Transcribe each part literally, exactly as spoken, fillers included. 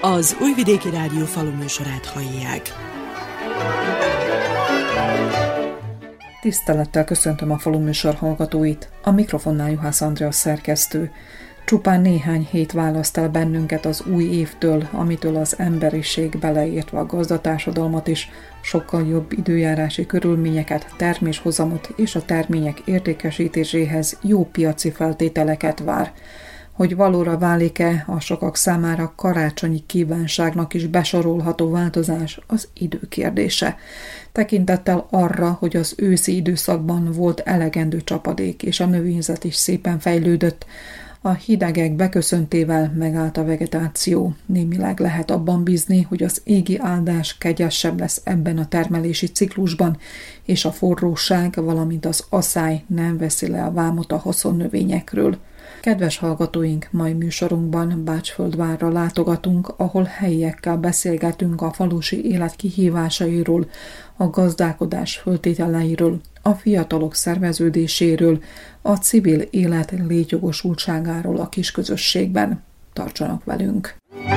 Az Újvidéki Rádió faluműsorát hallják. Tisztelettel köszöntöm a faluműsor hallgatóit, a mikrofonnál Juhász Andrea szerkesztő. Csupán néhány hét választ el bennünket az új évtől, amitől az emberiség, beleértve a gazdatársadalmat is, sokkal jobb időjárási körülményeket, terméshozamot és a termények értékesítéséhez jó piaci feltételeket vár. Hogy valóra válik-e a sokak számára karácsonyi kívánságnak is besorolható változás, az idő kérdése. Tekintettel arra, hogy az őszi időszakban volt elegendő csapadék, és a növényzet is szépen fejlődött, a hidegek beköszöntével megállt a vegetáció. Némileg lehet abban bízni, hogy az égi áldás kegyesebb lesz ebben a termelési ciklusban, és a forróság, valamint az aszály nem veszi le a vámot a haszonnövényekről. Kedves hallgatóink, mai műsorunkban Bácsföldvárra látogatunk, ahol helyiekkel beszélgetünk a falusi élet kihívásairól, a gazdálkodás föltételeiről, a fiatalok szerveződéséről, a civil élet létjogosultságáról a kisközösségben. Tartsanak velünk!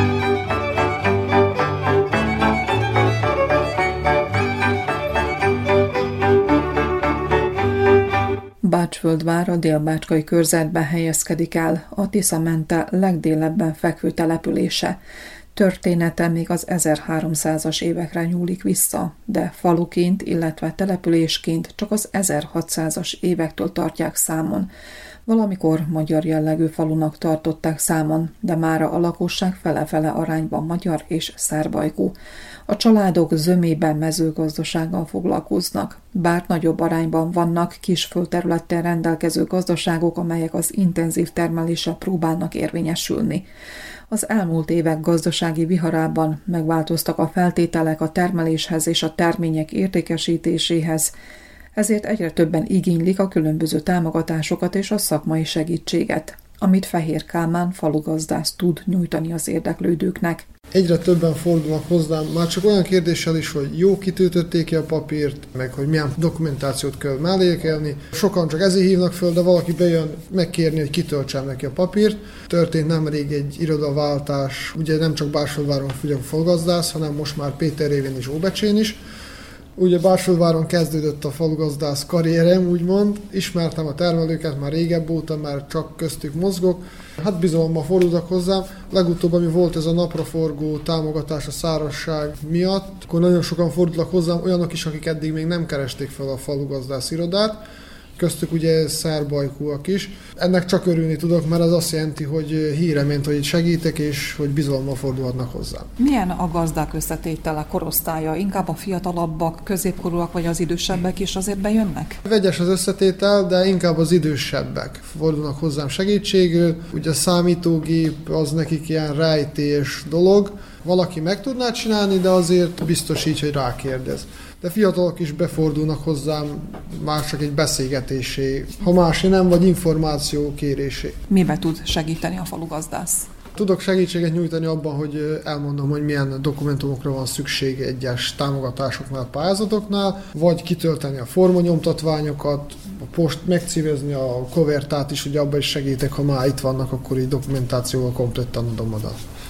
Bácsföldvár a Dél-Bácskai körzetben helyezkedik el, a Tisza mente legdélebben fekvő települése. Története még az ezerháromszázas évekre nyúlik vissza, de faluként, illetve településként csak az ezerhatszázas évektől tartják számon. Valamikor magyar jellegű falunak tartották számon, de mára a lakosság fele-fele arányban magyar és szerbajkú. A családok zömében mezőgazdasággal foglalkoznak, bár nagyobb arányban vannak kis földterülettel rendelkező gazdaságok, amelyek az intenzív termeléssel próbálnak érvényesülni. Az elmúlt évek gazdasági viharában megváltoztak a feltételek a termeléshez és a termények értékesítéséhez, ezért egyre többen igénylik a különböző támogatásokat és a szakmai segítséget, amit Fehér Kálmán falugazdász tud nyújtani az érdeklődőknek. Egyre többen fordulnak hozzám, már csak olyan kérdéssel is, hogy jó kitöltötték ki a papírt, meg hogy milyen dokumentációt kell mellékelni. Sokan csak ezért hívnak föl, de valaki bejön megkérni, hogy kitöltsem neki a papírt. Történt nemrég egy irodaváltás, ugye nem csak Bácsföldváron vagyok falugazdász, hanem most már Péterrévén és Óbecsén is. Ugye Bácsföldváron kezdődött a falugazdász karrierem, úgymond. Ismertem a termelőket már régebb óta, már csak köztük mozgok. Hát bizalommal fordultak hozzám. Legutóbb, ami volt ez a napraforgó támogatás a szárazság miatt, akkor nagyon sokan fordultak hozzám, olyanok is, akik eddig még nem keresték fel a falugazdász irodát. Köztük ugye szerbajkúak is. Ennek csak örülni tudok, mert ez azt jelenti, hogy híre ment, hogy segítek, és hogy bizalommal fordulhatnak hozzám. Milyen a gazdák összetétele, korosztálya? Inkább a fiatalabbak, középkorúak vagy az idősebbek is azért bejönnek? Vegyes az összetétel, de inkább az idősebbek fordulnak hozzám segítségül. Ugye a számítógép az nekik ilyen rejtélyes dolog. Valaki meg tudná csinálni, de azért biztos így, hogy rákérdez. De fiatalok is befordulnak hozzám már csak egy beszélgetésé, ha másé nem, vagy információ kérésé. Mibe tud segíteni a falugazdász? Tudok segítséget nyújtani abban, hogy elmondom, hogy milyen dokumentumokra van szükség egyes támogatásoknál, pályázatoknál, vagy kitölteni a formanyomtatványokat, a post megcímezni a covertát is, hogy abban is segítek, ha már itt vannak, akkor így dokumentációval kompletten adom oda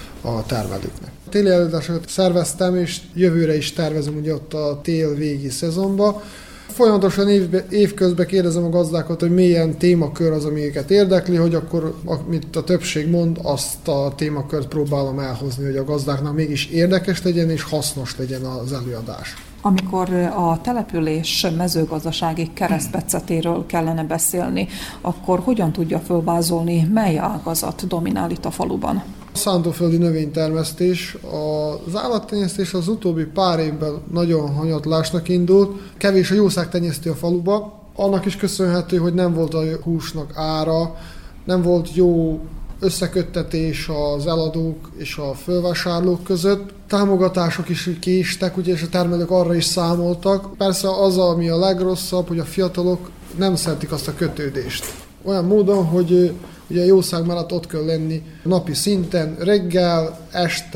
a termelőknek. Téli előadásokat szerveztem, és jövőre is tervezem ugye ott a tél végi szezonba. Folyamatosan évbe, évközben kérdezem a gazdákat, hogy milyen témakör az, ami őket érdekli, hogy akkor, amit a többség mond, azt a témakört próbálom elhozni, hogy a gazdáknak mégis érdekes legyen és hasznos legyen az előadás. Amikor a település mezőgazdasági keresztmetszetéről kellene beszélni, akkor hogyan tudja fölvázolni, mely ágazat dominál itt a faluban? A szántóföldi növénytermesztés, az állattenyésztés az utóbbi pár évben nagyon hanyatlásnak indult. Kevés a jószágtenyésztő a faluba. Annak is köszönhető, hogy nem volt a húsnak ára, nem volt jó összeköttetés az eladók és a fölvásárlók között. Támogatások is késtek, ugye, és a termelők arra is számoltak. Persze az, ami a legrosszabb, hogy a fiatalok nem szeretik azt a kötődést. Olyan módon, hogy ugye a jószág mellett ott kell lenni napi szinten, reggel, este,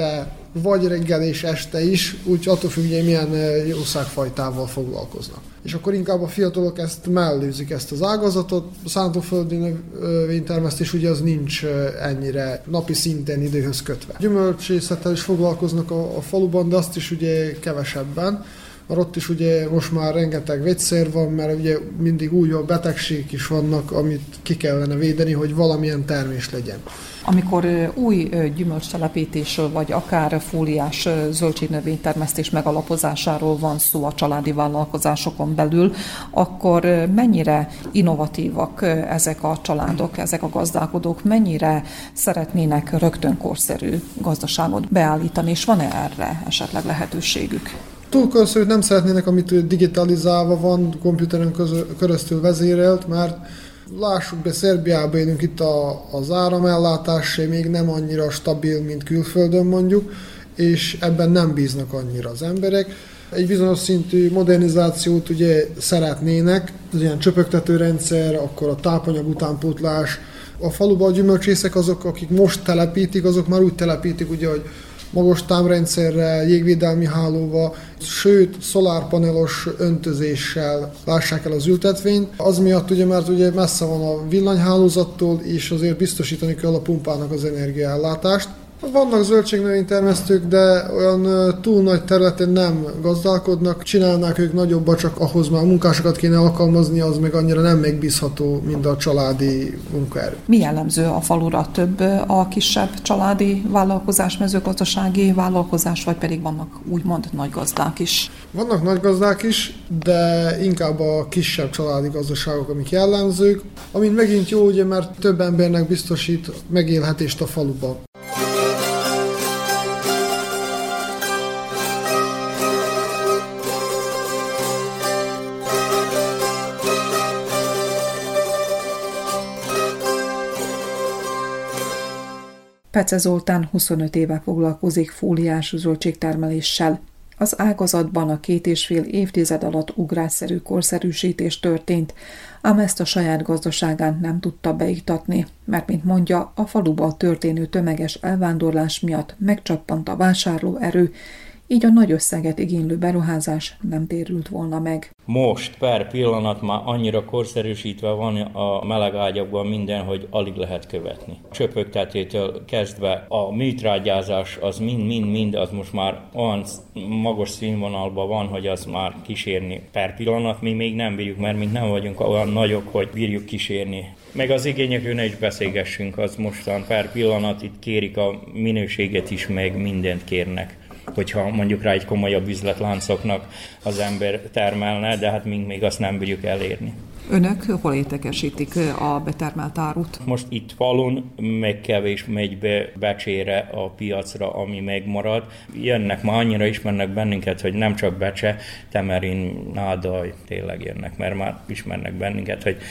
vagy reggel és este is, úgy attól függ, hogy milyen jószágfajtával foglalkoznak. És akkor inkább a fiatalok ezt mellőzik, ezt az ágazatot. A szántóföldi növénytermesztés ugye az nincs ennyire napi szinten időhöz kötve. Gyümölcsészettel is foglalkoznak a, a faluban, de azt is ugye kevesebben, mert ott is ugye most már rengeteg vegyszer van, mert ugye mindig újabb betegségek is vannak, amit ki kellene védeni, hogy valamilyen termés legyen. Amikor új gyümölcstelepítésről, vagy akár fóliás zöldségnövénytermesztés megalapozásáról van szó a családi vállalkozásokon belül, akkor mennyire innovatívak ezek a családok, ezek a gazdálkodók, mennyire szeretnének rögtön korszerű gazdaságot beállítani, és van-e erre esetleg lehetőségük? Túl korszerűt nem szeretnének, amit digitalizálva van, komputeren keresztül vezérelt, mert lássuk be, Szerbiában élünk, itt a, az áramellátás még nem annyira stabil, mint külföldön mondjuk, és ebben nem bíznak annyira az emberek. Egy bizonyos szintű modernizációt ugye szeretnének, az ilyen csöpögtető rendszer, akkor a tápanyag utánpótlás. A faluban a gyümölcsészek azok, akik most telepítik, azok már úgy telepítik, ugye, hogy magas támrendszerrel, jégvédelmi hálóval, sőt, szolárpanelos öntözéssel lássák el az ültetvényt. Az miatt ugye, mert ugye messze van a villanyhálózattól, és azért biztosítani kell a pumpának az energiaellátást. Vannak zöldségnövénytermesztők, de olyan túl nagy területen nem gazdálkodnak, csinálnák ők nagyobbat, csak ahhoz már munkásokat kéne alkalmazni, az meg annyira nem megbízható, mint a családi munkaerő. Mi jellemző a falura? Több a kisebb családi vállalkozás, mezőgazdasági vállalkozás, vagy pedig vannak úgymond nagy gazdák is? Vannak nagy gazdák is, de inkább a kisebb családi gazdaságok, amik jellemzők, amint megint jó, ugye, mert több embernek biztosít megélhetést a faluban. Pece Zoltán huszonöt éve foglalkozik fóliás zöldségtermeléssel. Az ágazatban a két és fél évtized alatt ugrásszerű korszerűsítés történt, ám ezt a saját gazdaságán nem tudta beiktatni, mert, mint mondja, a faluban történő tömeges elvándorlás miatt megcsappant a vásárlóerő, így a nagy összeget igénylő beruházás nem térült volna meg. Most per pillanat már annyira korszerűsítve van a melegágyakban minden, hogy alig lehet követni. Csöpögtetétől kezdve a műtrágyázás az mind-mind-mind, az most már olyan magas színvonalban van, hogy az már kísérni per pillanat. Mi még nem bírjuk, mert mi nem vagyunk olyan nagyok, hogy bírjuk kísérni. Meg az igényekről ne is beszélgessünk, az mostan per pillanat itt kérik a minőséget is, meg mindent kérnek. Hogyha mondjuk rá egy komolyabb üzletláncoknak az ember termelne, de hát még, még azt nem bírjuk elérni. Önök hol értékesítik a betermelt árut? Most itt falun meg kevés megy be Becsére a piacra, ami megmarad. Jönnek, már annyira ismernek bennünket, hogy nem csak Becse, Temerin, Nádaj, tényleg jönnek, mert már ismernek bennünket, hogy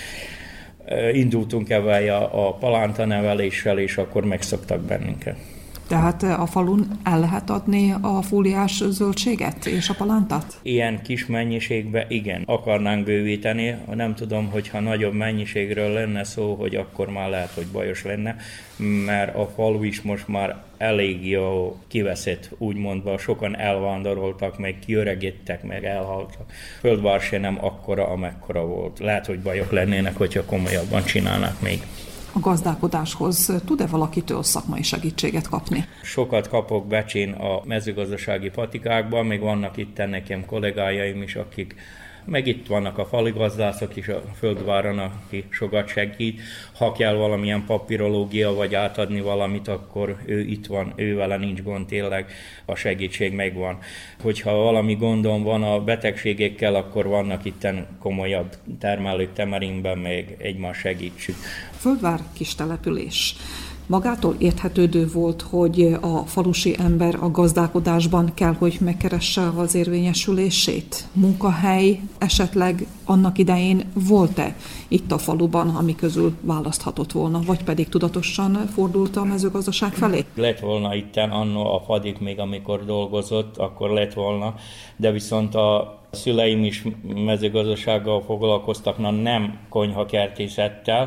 indultunk ebben a palánta neveléssel, és akkor megszoktak bennünket. Tehát a falun el lehet adni a fóliás zöldséget és a palántát? Ilyen kis mennyiségben igen. Akarnánk bővíteni, nem tudom, hogyha nagyobb mennyiségről lenne szó, hogy akkor már lehet, hogy bajos lenne, mert a falu is most már elég jó kiveszett, úgymondva, sokan elvándoroltak, meg kiöregedtek, meg elhaltak. Földvár se nem akkora, amekkora volt. Lehet, hogy bajok lennének, hogyha komolyabban csinálnak még. A gazdálkodáshoz tud-e valakitől szakmai segítséget kapni? Sokat kapok Becsén a mezőgazdasági patikákban, még vannak itt nekem kollégájaim is, akik meg itt vannak a faligazdászok is a Földváron, aki sokat segít. Ha kell valamilyen papírológia, vagy átadni valamit, akkor ő itt van, ő vele nincs gond, tényleg a segítség megvan. Hogyha valami gondom van a betegségekkel, akkor vannak itten komolyabb termelők Temerinben, még egymás segítsük. Földvár kis település. Magától érthetődő volt, hogy a falusi ember a gazdálkodásban kell, hogy megkeresse az érvényesülését. Munkahely esetleg annak idején volt-e itt a faluban, ami közül választhatott volna, vagy pedig tudatosan fordult a mezőgazdaság felé? Lett volna itten anno a Fadik még amikor dolgozott, akkor lett volna, de viszont a szüleim is mezőgazdasággal foglalkoztak, na nem konyhakertészettel,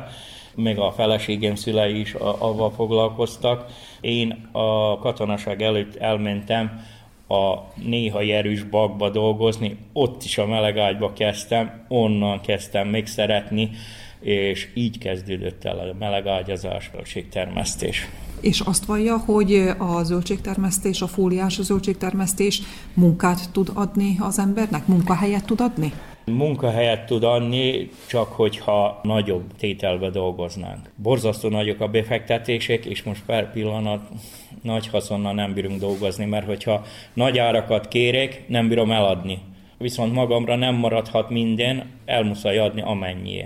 még a feleségem szülei is avval foglalkoztak. Én a katonaság előtt elmentem a néhai erős bakba dolgozni, ott is a melegágyba kezdtem, onnan kezdtem még szeretni, és így kezdődött el a melegágyazás, a zöldségtermesztés. És azt vallja, hogy a zöldségtermesztés, a fóliás zöldségtermesztés munkát tud adni az embernek, munkahelyet tud adni? Munkahelyet tud adni, csak hogyha nagyobb tételbe dolgoznánk. Borzasztó nagyok a befektetések, és most per pillanat nagy haszonnal nem bírunk dolgozni, mert hogyha nagy árakat kérek, nem bírom eladni. Viszont magamra nem maradhat minden, el muszáj adni amennyié.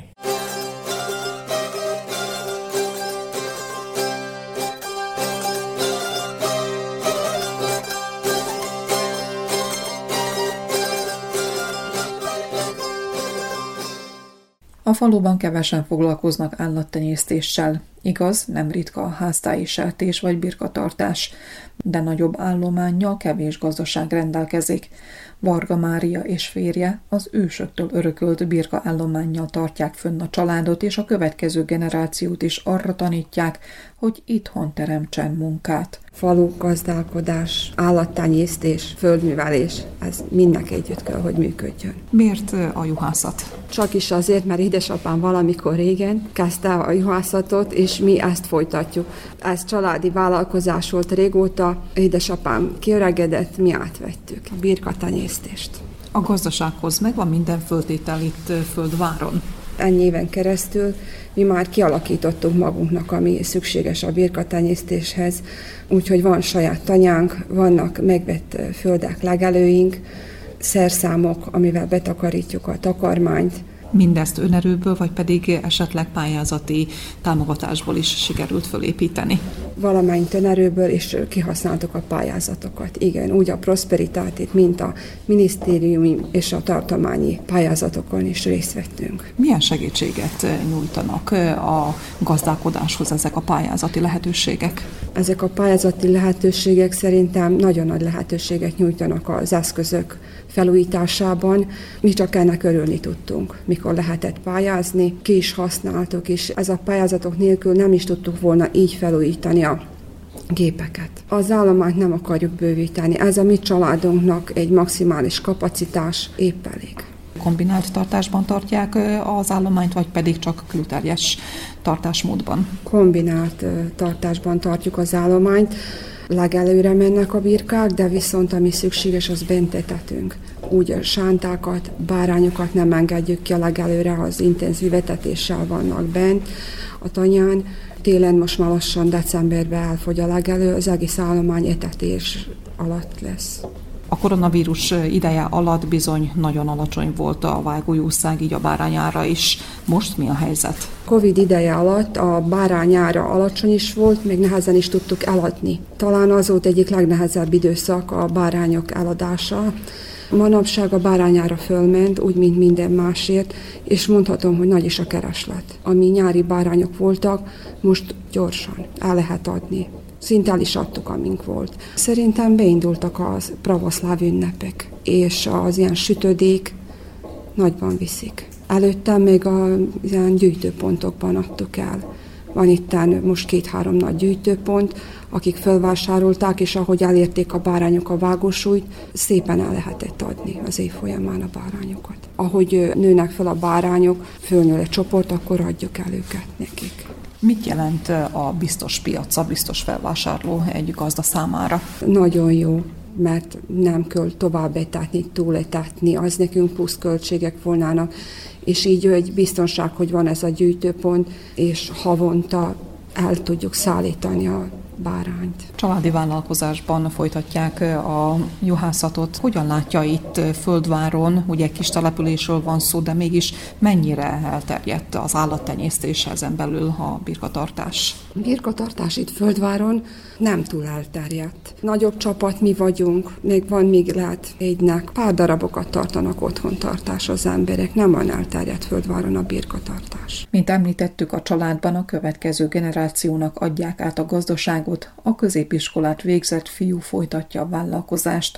A faluban kevesen foglalkoznak állattenyésztéssel. Igaz, nem ritka a háztáji sertés vagy birkatartás, de nagyobb állománnyal kevés gazdaság rendelkezik. Varga Mária és férje az ősöktől örökölt birka állománnyal tartják fönn a családot, és a következő generációt is arra tanítják, hogy itthon teremtsen munkát. Falu, gazdálkodás, állattenyésztés, földművelés, ez mindnek együtt kell, hogy működjön. Miért a juhászat? Csak is azért, mert édesapám valamikor régen kezdte a juhászatot, és mi ezt folytatjuk. Ez családi vállalkozás volt régóta, édesapám kiöregedett, mi átvettük. Birkatenyésztést. A gazdasághoz megvan minden föltétel itt Földváron? Ennyi éven keresztül mi már kialakítottuk magunknak, ami szükséges a birkatenyésztéshez, úgyhogy van saját tanyánk, vannak megvett földek, legelőink, szerszámok, amivel betakarítjuk a takarmányt. Mindezt önerőből, vagy pedig esetleg pályázati támogatásból is sikerült fölépíteni? Valamennyi önerőből, és kihasználtuk a pályázatokat. Igen, úgy a prosperitátit, mint a minisztériumi és a tartományi pályázatokon is részt vettünk. Milyen segítséget nyújtanak a gazdálkodáshoz ezek a pályázati lehetőségek? Ezek a pályázati lehetőségek szerintem nagyon nagy lehetőséget nyújtanak az eszközök felújításában. Mi csak ennek örülni tudtunk, mikor lehetett pályázni, ki is használtuk, és ez a pályázatok nélkül nem is tudtuk volna így felújítani a gépeket. Az állományt nem akarjuk bővíteni, ez a mi családunknak egy maximális kapacitás, épp elég. Kombinált tartásban tartják az állományt, vagy pedig csak külterjes tartásmódban? Kombinált tartásban tartjuk az állományt. Legelőre mennek a birkák, de viszont ami szükséges, az bent etetünk. Úgy a sántákat, bárányokat nem engedjük ki a legelőre, az intenzív etetéssel vannak bent a tanyán. Télen most már lassan decemberben elfogy a legelő, az egész állomány etetés alatt lesz. A koronavírus ideje alatt bizony nagyon alacsony volt a vágójószág, így a bárányára is. Most mi a helyzet? Covid ideje alatt a bárányára alacsony is volt, még nehezen is tudtuk eladni. Talán az volt egyik legnehezebb időszak a bárányok eladása. Manapság a bárányára fölment, úgy, mint minden másért, és mondhatom, hogy nagy is a kereslet. Ami nyári bárányok voltak, most gyorsan el lehet adni. Szinte el is adtuk, amink volt. Szerintem beindultak az pravoszláv ünnepek, és az ilyen sütödék nagyban viszik. Előtte még a ilyen gyűjtőpontokban adtuk el. Van itten most két-három nagy gyűjtőpont, akik felvásárolták, és ahogy elérték a bárányok a vágósúlyt, szépen el lehetett adni az év folyamán a bárányokat. Ahogy nőnek fel a bárányok, fölnő egy csoport, akkor adjuk el őket nekik. Mit jelent a biztos piac, a biztos felvásárló egy gazda számára? Nagyon jó, mert nem kell tovább etetni, túletetni, az nekünk plusz költségek volnának, és így egy biztonság, hogy van ez a gyűjtőpont, és havonta el tudjuk szállítani a bárányt. Családi vállalkozásban folytatják a juhászatot. Hogyan látja itt Földváron, ugye kis településről van szó, de mégis mennyire elterjedt az állattenyésztés, ezen belül a birkatartás? A birkatartás itt Földváron nem túl elterjedt. Nagyobb csapat mi vagyunk, még van még lehet egynek. Pár darabokat tartanak otthon tartás az emberek, nem van elterjedt Földváron a birkatartás. Mint említettük, a családban a következő generációnak adják át a gazdaságot, a középiskolát végzett fiú folytatja a vállalkozást,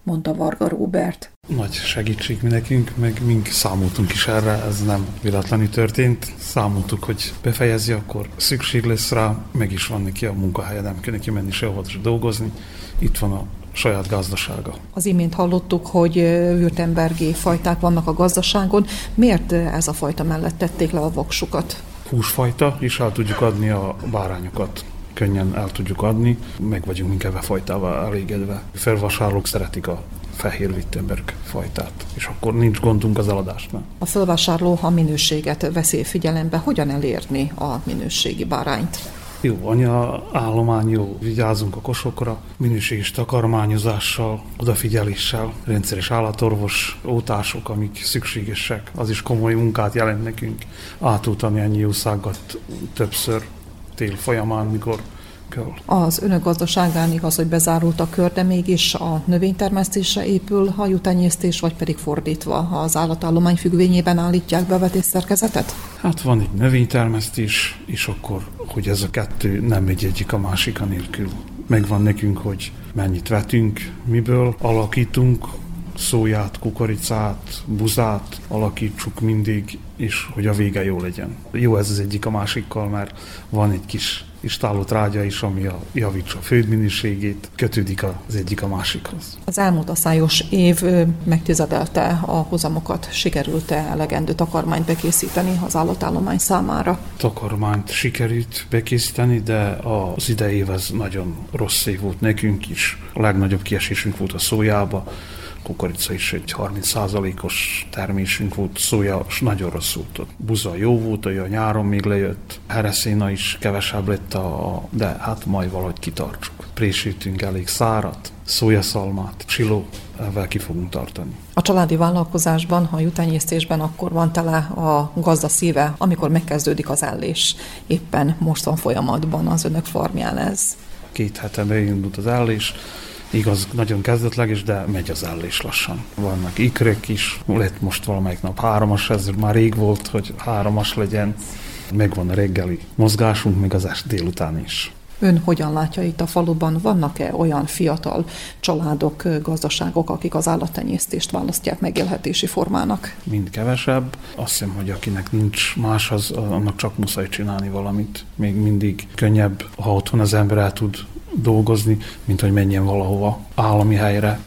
mondta Varga Róbert. Nagy segítség mi nekünk, meg mink számoltunk is erre, ez nem véletlenül történt. Számoltuk, hogy befejezi, akkor szükség lesz rá, meg is van neki a munkahelye, nem kell neki menni sehova dolgozni. Itt van a saját gazdasága. Az imént hallottuk, hogy württembergi fajták vannak a gazdaságon. Miért ez a fajta mellett tették le a voksukat? Húsfajta, és el tudjuk adni a bárányokat. Könnyen el tudjuk adni, meg vagyunk inkább fajtával elégedve. Felvásárlók szeretik a fehér Württemberg fajtát, és akkor nincs gondunk az eladásnál. A felvásárló a minőséget veszi figyelembe, hogyan elérni a minőségi bárányt? Jó anya állomány, jó, vigyázunk a kosokra, minőséges takarmányozással, odafigyeléssel, rendszeres állatorvos, ótások, amik szükségesek. Az is komoly munkát jelent nekünk átutani ennyi jószágot többször tél folyamán, mikor kell. Az önök gazdaságán igaz, hogy bezárult a kör, de mégis a növénytermesztésre épül a juhtenyésztés, vagy pedig fordítva az állatállomány függvényében állítják be a vetésszerkezetet? Hát van egy növénytermesztés, és akkor, hogy ez a kettő nem megy egyik a másik nélkül. Megvan nekünk, hogy mennyit vetünk, miből alakítunk, szóját, kukoricát, buzát alakítsuk mindig, és hogy a vége jó legyen. Jó ez az egyik a másikkal, mert van egy kis istállótrágya is, ami a, javítsa a földminőségét, kötődik az egyik a másikhoz. Az elmúlt aszályos év megtizedelte a hozamokat. Sikerült-e elegendő takarmányt bekészíteni az állatállomány számára? Takarmányt sikerült bekészíteni, de az idei év ez nagyon rossz év volt nekünk is. A legnagyobb kiesésünk volt a szójába. Kukorica is egy harminc százalékos termésünk volt, szója nagyon rossz volt. Buza jó volt, a nyáron még lejött, hereszéna is kevesebb lett, a, de hát majd valahogy kitartsuk. Présítünk elég szárat, szójaszalmát, csiló, ezzel ki fogunk tartani. A családi vállalkozásban, a juhtenyésztésben akkor van tele a gazda szíve, amikor megkezdődik az ellés. Éppen most van folyamatban az önök farmján ez. Két hete beindult az ellés. Igaz, nagyon kezdetleges, de megy az ellés lassan. Vannak ikrek is, lett most valamelyik nap háromas, ez már rég volt, hogy háromas legyen. Megvan a reggeli mozgásunk, még az est délután is. Ön hogyan látja itt a faluban? Vannak-e olyan fiatal családok, gazdaságok, akik az állattenyésztést választják megélhetési formának? Mind kevesebb. Azt hiszem, hogy akinek nincs más, az, annak csak muszáj csinálni valamit. Még mindig könnyebb, ha otthon az ember el tud dolgozni, mint hogy menjen valahova állami helyre.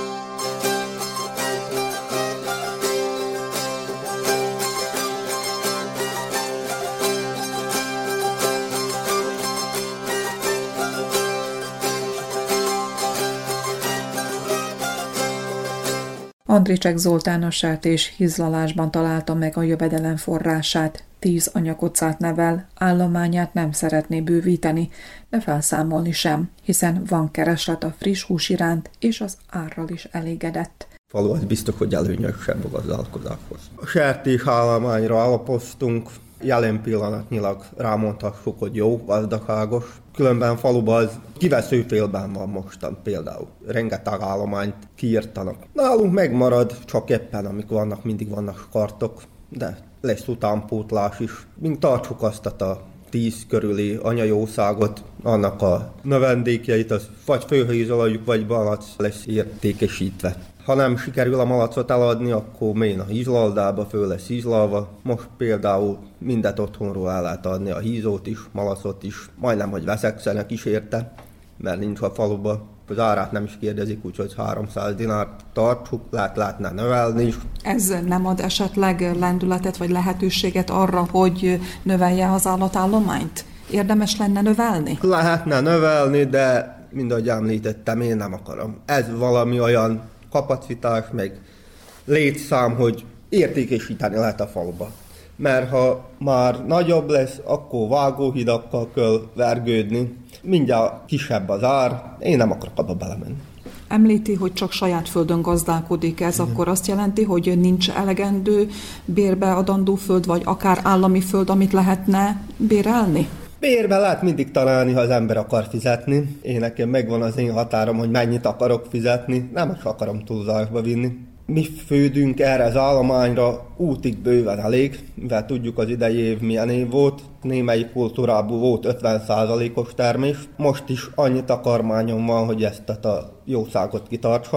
Andricsek Zoltán a sertés hizlalásban találta meg a jövedelem forrását. Tíz anyakocát nevel, állományát nem szeretné bővíteni, de felszámolni sem, hiszen van kereslet a friss hús iránt, és az árral is elégedett. Falu az biztos, hogy előnyösebb a gazdálkodáshoz. A sertés állományra alapoztunk, jelen pillanatnyilag rámondhassuk, hogy jó, gazdaságos. Különben faluban az kiveszőfélben van mostan például. Rengeteg állományt kiírtanak. Nálunk megmarad, csak éppen amikor vannak, mindig vannak kartok, de lesz utánpótlás is. Mint tartsuk azt a tíz körüli anyajószágot, annak a növendékjeit, az vagy főhízolajjuk, vagy malac lesz értékesítve. Ha nem sikerül a malacot eladni, akkor mélyen a hízlaldába föl lesz hízlalva. Most például mindet otthonról el lehet adni, a hízót is, malacot is. Majdnem, hogy veszekszenek is érte, mert nincs a faluba. Az árát nem is kérdezik, úgyhogy háromszáz dinárt tartsuk, lehet, lehetne növelni is. Ez nem ad esetleg lendületet vagy lehetőséget arra, hogy növelje az állatállományt? Érdemes lenne növelni? Lehetne növelni, de mind ahogy említettem, én nem akarom. Ez valami olyan kapacitás, meg létszám, hogy értékesíteni lehet a faluba. Mert ha már nagyobb lesz, akkor vágóhidakkal kell vergődni, mindjárt kisebb az ár, én nem akarok abba belemenni. Említi, hogy csak saját földön gazdálkodik ez, akkor azt jelenti, hogy nincs elegendő bérbeadandó föld, vagy akár állami föld, amit lehetne bérelni? Bérbe lehet mindig találni, ha az ember akar fizetni. Én nekem megvan az én határom, hogy mennyit akarok fizetni, nem is akarom túlzásba vinni. Mi fődünk erre az állományra útig bőven elég, mivel tudjuk az idei év milyen év volt. Némelyik kultúrából volt ötven százalékos termés. Most is annyi takarmányom van, hogy ezt a jószágot kitartsam.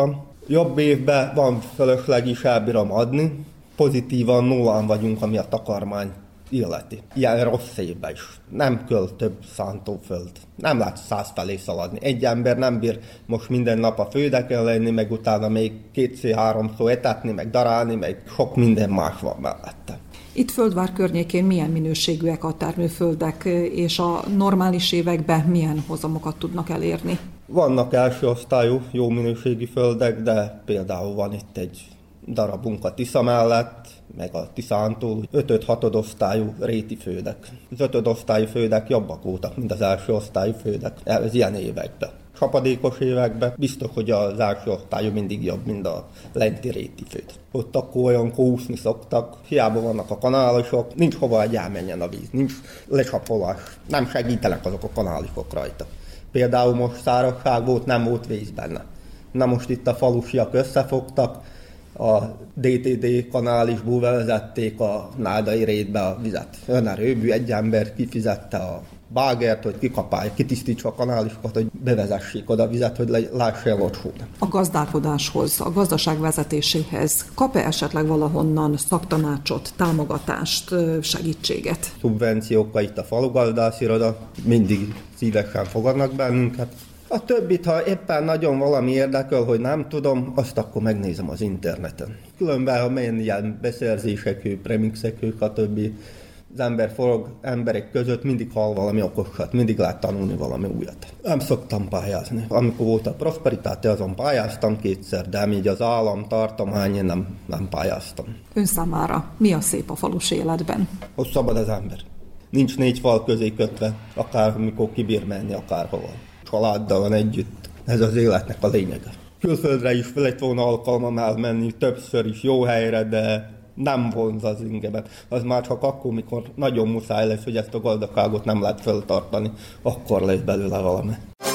Jobb évben van fölösleg is elbírom adni, pozitívan nullán vagyunk, ami a takarmány illeti. Ilyen rossz évben is. Nem költ több szántóföld. Nem lehet száz felé szaladni. Egy ember nem bír most minden nap a földeken lenni, meg utána még kétszer-háromszor etetni, meg darálni, meg sok minden más van mellette. Itt Földvár környékén milyen minőségűek a termőföldek, és a normális években milyen hozamokat tudnak elérni? Vannak első osztályú, jó minőségű földek, de például van itt egy darabunk a Tisza mellett, meg a Tiszántól ötöd-hatod osztályú réti földek. Az ötöd osztályú földek jobbak voltak, mint az első osztályú földek ez ilyen években. Csapadékos években biztos, hogy az első osztályú mindig jobb, mint a lenti réti föld. Ott akkor olyan kószni szoktak, hiába vannak a kanálisok, nincs hova egy elmenjen a víz, nincs lecsapolás, nem segítenek azok a kanálisok rajta. Például most szárazság volt, nem volt víz benne. Na most itt a falusiak összefogtak, a dé té dé kanálisból vezették a Nádai rétbe a vizet. Önerőbű egy ember kifizette a bágert, hogy kikapálja, kitisztítsa a kanálisokat, hogy bevezessék oda a vizet, hogy lássa olcsót. A gazdálkodáshoz, a gazdaság vezetéséhez kap-e esetleg valahonnan szaktanácsot, támogatást, segítséget? Szubvenciókkal itt a falugazdásziroda mindig szívesen fogadnak bennünket. A többit, ha éppen nagyon valami érdekel, hogy nem tudom, azt akkor megnézem az interneten. Különben, ha milyen ilyen beszerzésekő, premixekő, stb. Az ember forog emberek között, mindig hall valami okosat, mindig lehet tanulni valami újat. Nem szoktam pályázni. Amikor volt a Prosperitáte, azon pályáztam kétszer, de így az állam, tartomány, én nem, nem pályáztam. Ön számára mi a szép a falus életben? Hogy szabad az ember. Nincs négy fal közé kötve, akár mikor kibír menni, akárhova. Családdal van együtt. Ez az életnek a lényege. Külföldre is lett volna alkalmam elmenni, többször is jó helyre, de nem vonz az ingeben. Az már csak akkor, mikor nagyon muszáj lesz, hogy ezt a gazdaságot nem lehet föltartani, akkor lesz belőle valami.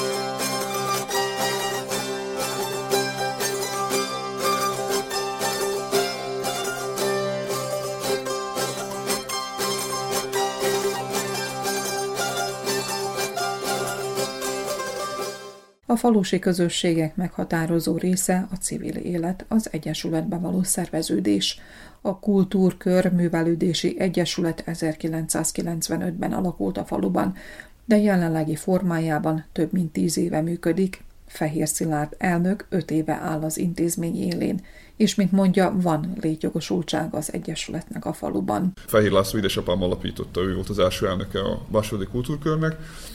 A falusi közösségek meghatározó része a civil élet, az egyesületbe való szerveződés. A Kultúrkör Művelődési Egyesület ezerkilencszázkilencvenötben alakult a faluban, de jelenlegi formájában több mint tíz éve működik. Fehér Szilárd elnök öt éve áll az intézmény élén, és mint mondja, van létjogosultság az egyesületnek a faluban. Fehér László édesapám alapította, ő volt az első elnöke a Bársonydi Kultúrkörnek,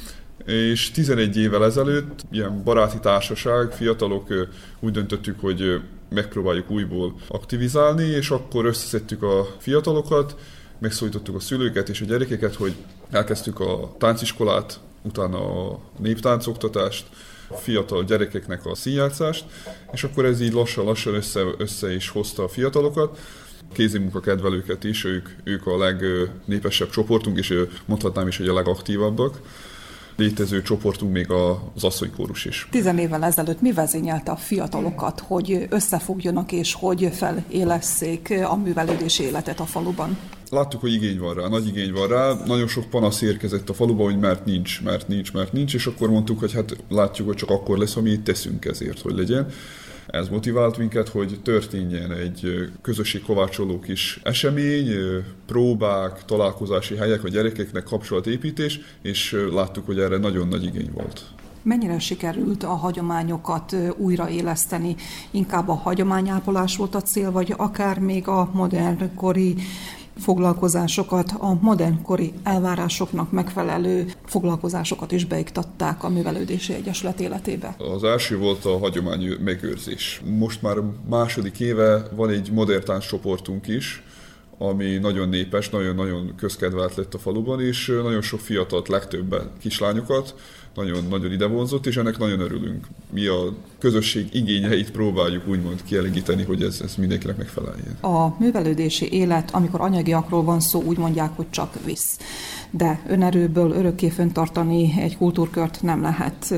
és tizenegy évvel ezelőtt ilyen baráti társaság, fiatalok úgy döntöttük, hogy megpróbáljuk újból aktivizálni, és akkor összeszedtük a fiatalokat, megszólítottuk a szülőket és a gyerekeket, hogy elkezdtük a tánciskolát, utána a néptáncoktatást, fiatal gyerekeknek a színjátszást, és akkor ez így lassan-lassan össze, össze is hozta a fiatalokat. Kézimunka kedvelőket is, ők, ők a legnépesebb csoportunk, és mondhatnám is, hogy a legaktívabbak. Létező csoportunk még az asszonykórus is. Tizen évvel ezelőtt mi vezényelte a fiatalokat, hogy összefogjanak és hogy felélesszék a művelődési életet a faluban? Láttuk, hogy igény van rá, nagy igény van rá. Nagyon sok panasz érkezett a faluba, hogy mert nincs, mert nincs, mert nincs, és akkor mondtuk, hogy hát látjuk, hogy csak akkor lesz, amit teszünk ezért, hogy legyen. Ez motivált minket, hogy történjen egy közösségkovácsoló kis esemény, próbák, találkozási helyek a gyerekeknek, kapcsolatépítés, és láttuk, hogy erre nagyon nagy igény volt. Mennyire sikerült a hagyományokat újraéleszteni? Inkább a hagyományápolás volt a cél, vagy akár még a modernkori foglalkozásokat, a modernkori elvárásoknak megfelelő foglalkozásokat is beiktatták a Művelődési Egyesület életébe? Az első volt a hagyomány megőrzés. Most már második éve van egy modern tánccsoportunk is, ami nagyon népes, nagyon-nagyon közkedvelt lett a faluban, és nagyon sok fiatalt, legtöbben kislányokat nagyon-nagyon idevonzott, és ennek nagyon örülünk. Mi a közösség igényeit próbáljuk úgymond kielégíteni, hogy ez, ez mindenkinek megfeleljen. A művelődési élet, amikor anyagiakról van szó, úgy mondják, hogy csak visz. De önerőből örökké fenntartani egy kultúrkört nem lehet.